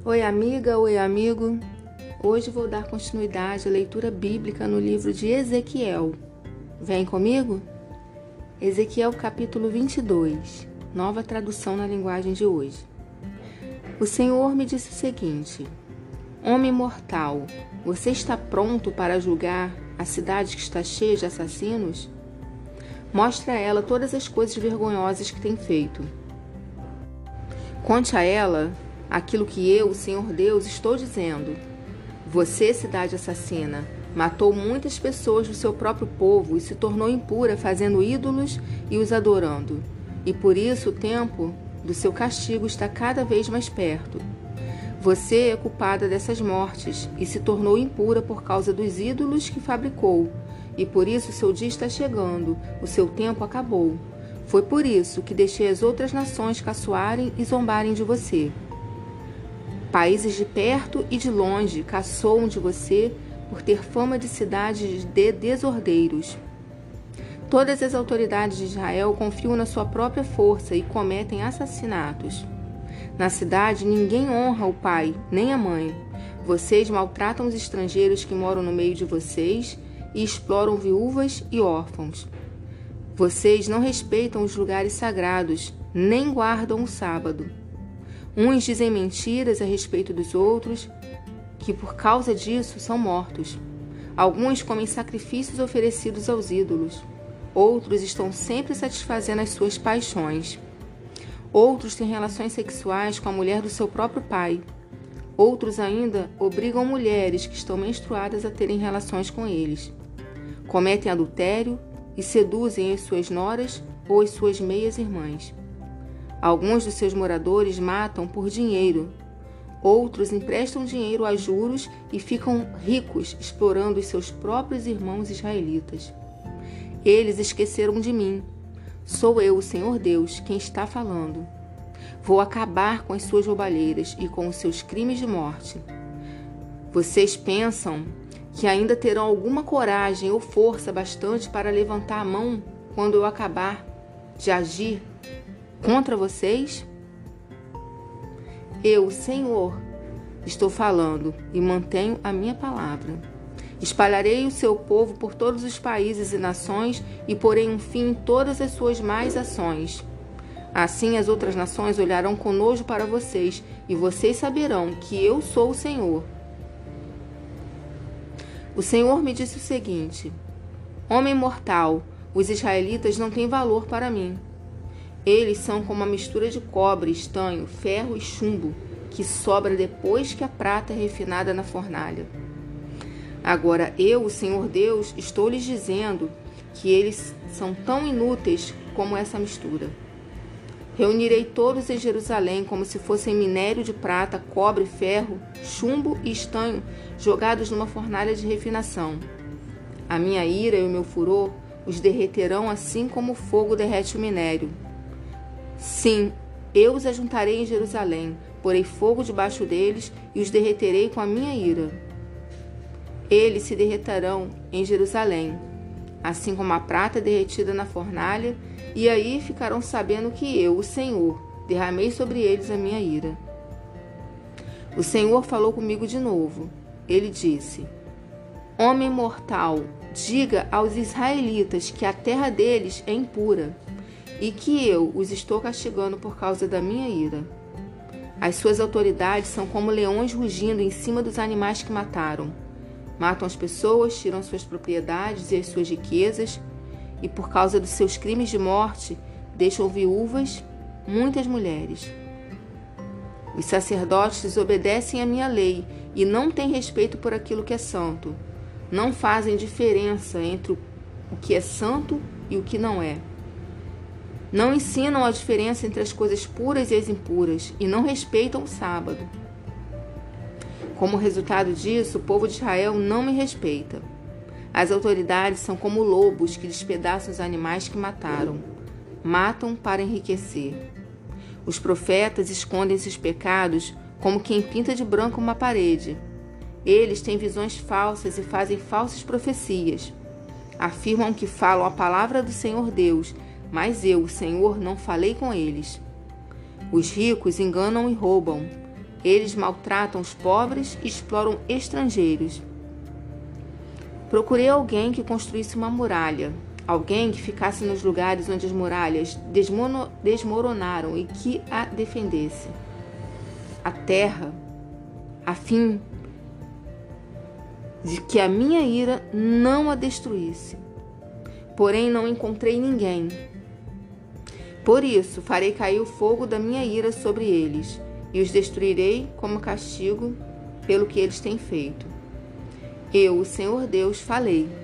Oi, amiga, oi, amigo. Hoje vou dar continuidade à leitura bíblica no livro de Ezequiel. Vem comigo? Ezequiel capítulo 22, nova tradução na linguagem de hoje. O Senhor me disse o seguinte: Homem mortal, você está pronto para julgar a cidade que está cheia de assassinos? Mostre a ela todas as coisas vergonhosas que tem feito. Conte a ela aquilo que eu, o Senhor Deus, estou dizendo. Você, cidade assassina, matou muitas pessoas do seu próprio povo e se tornou impura, fazendo ídolos e os adorando. E por isso o tempo do seu castigo está cada vez mais perto. Você é culpada dessas mortes e se tornou impura por causa dos ídolos que fabricou. E por isso seu dia está chegando, o seu tempo acabou. Foi por isso que deixei as outras nações caçoarem e zombarem de você. Países de perto e de longe caçoam de você por ter fama de cidade de desordeiros. Todas as autoridades de Israel confiam na sua própria força e cometem assassinatos. Na cidade ninguém honra o pai nem a mãe. Vocês maltratam os estrangeiros que moram no meio de vocês e exploram viúvas e órfãos. Vocês não respeitam os lugares sagrados, nem guardam o sábado. Uns dizem mentiras a respeito dos outros, que por causa disso são mortos. Alguns comem sacrifícios oferecidos aos ídolos. Outros estão sempre satisfazendo as suas paixões. Outros têm relações sexuais com a mulher do seu próprio pai. Outros ainda obrigam mulheres que estão menstruadas a terem relações com eles. Cometem adultério e seduzem as suas noras ou as suas meias-irmãs. Alguns dos seus moradores matam por dinheiro. Outros emprestam dinheiro a juros e ficam ricos explorando os seus próprios irmãos israelitas. Eles esqueceram de mim. Sou eu, o Senhor Deus, quem está falando. Vou acabar com as suas roubalheiras e com os seus crimes de morte. Vocês pensam que ainda terão alguma coragem ou força bastante para levantar a mão quando eu acabar de agir contra vocês? Eu, Senhor, estou falando e mantenho a minha palavra. Espalharei o seu povo por todos os países e nações e porei um fim em todas as suas más ações. Assim as outras nações olharão com nojo para vocês e vocês saberão que eu sou o Senhor. O Senhor me disse o seguinte: Homem mortal, os israelitas não têm valor para mim. Eles são como uma mistura de cobre, estanho, ferro e chumbo, que sobra depois que a prata é refinada na fornalha. Agora eu, o Senhor Deus, estou lhes dizendo que eles são tão inúteis como essa mistura. Reunirei todos em Jerusalém como se fossem minério de prata, cobre, ferro, chumbo e estanho jogados numa fornalha de refinação. A minha ira e o meu furor os derreterão assim como o fogo derrete o minério. Sim, eu os ajuntarei em Jerusalém, porei fogo debaixo deles e os derreterei com a minha ira. Eles se derreterão em Jerusalém, assim como a prata derretida na fornalha, e aí ficarão sabendo que eu, o Senhor, derramei sobre eles a minha ira. O Senhor falou comigo de novo. Ele disse: Homem mortal, diga aos israelitas que a terra deles é impura e que eu os estou castigando por causa da minha ira. As suas autoridades são como leões rugindo em cima dos animais que mataram. Matam as pessoas, tiram suas propriedades e as suas riquezas, e por causa dos seus crimes de morte, deixam viúvas muitas mulheres. Os sacerdotes desobedecem à minha lei e não têm respeito por aquilo que é santo. Não fazem diferença entre o que é santo e o que não é. Não ensinam a diferença entre as coisas puras e as impuras, e não respeitam o sábado. Como resultado disso, o povo de Israel não me respeita. As autoridades são como lobos que despedaçam os animais que mataram. Matam para enriquecer. Os profetas escondem seus pecados como quem pinta de branco uma parede. Eles têm visões falsas e fazem falsas profecias. Afirmam que falam a palavra do Senhor Deus, mas eu, o Senhor, não falei com eles. Os ricos enganam e roubam, Eles maltratam os pobres e exploram estrangeiros. Procurei alguém que construísse uma muralha, alguém que ficasse nos lugares onde as muralhas desmoronaram e que a defendesse. A terra, a fim de que a minha ira não a destruísse. Porém, não encontrei ninguém. Por isso, farei cair o fogo da minha ira sobre eles, e os destruirei como castigo pelo que eles têm feito. Eu, o Senhor Deus, falei.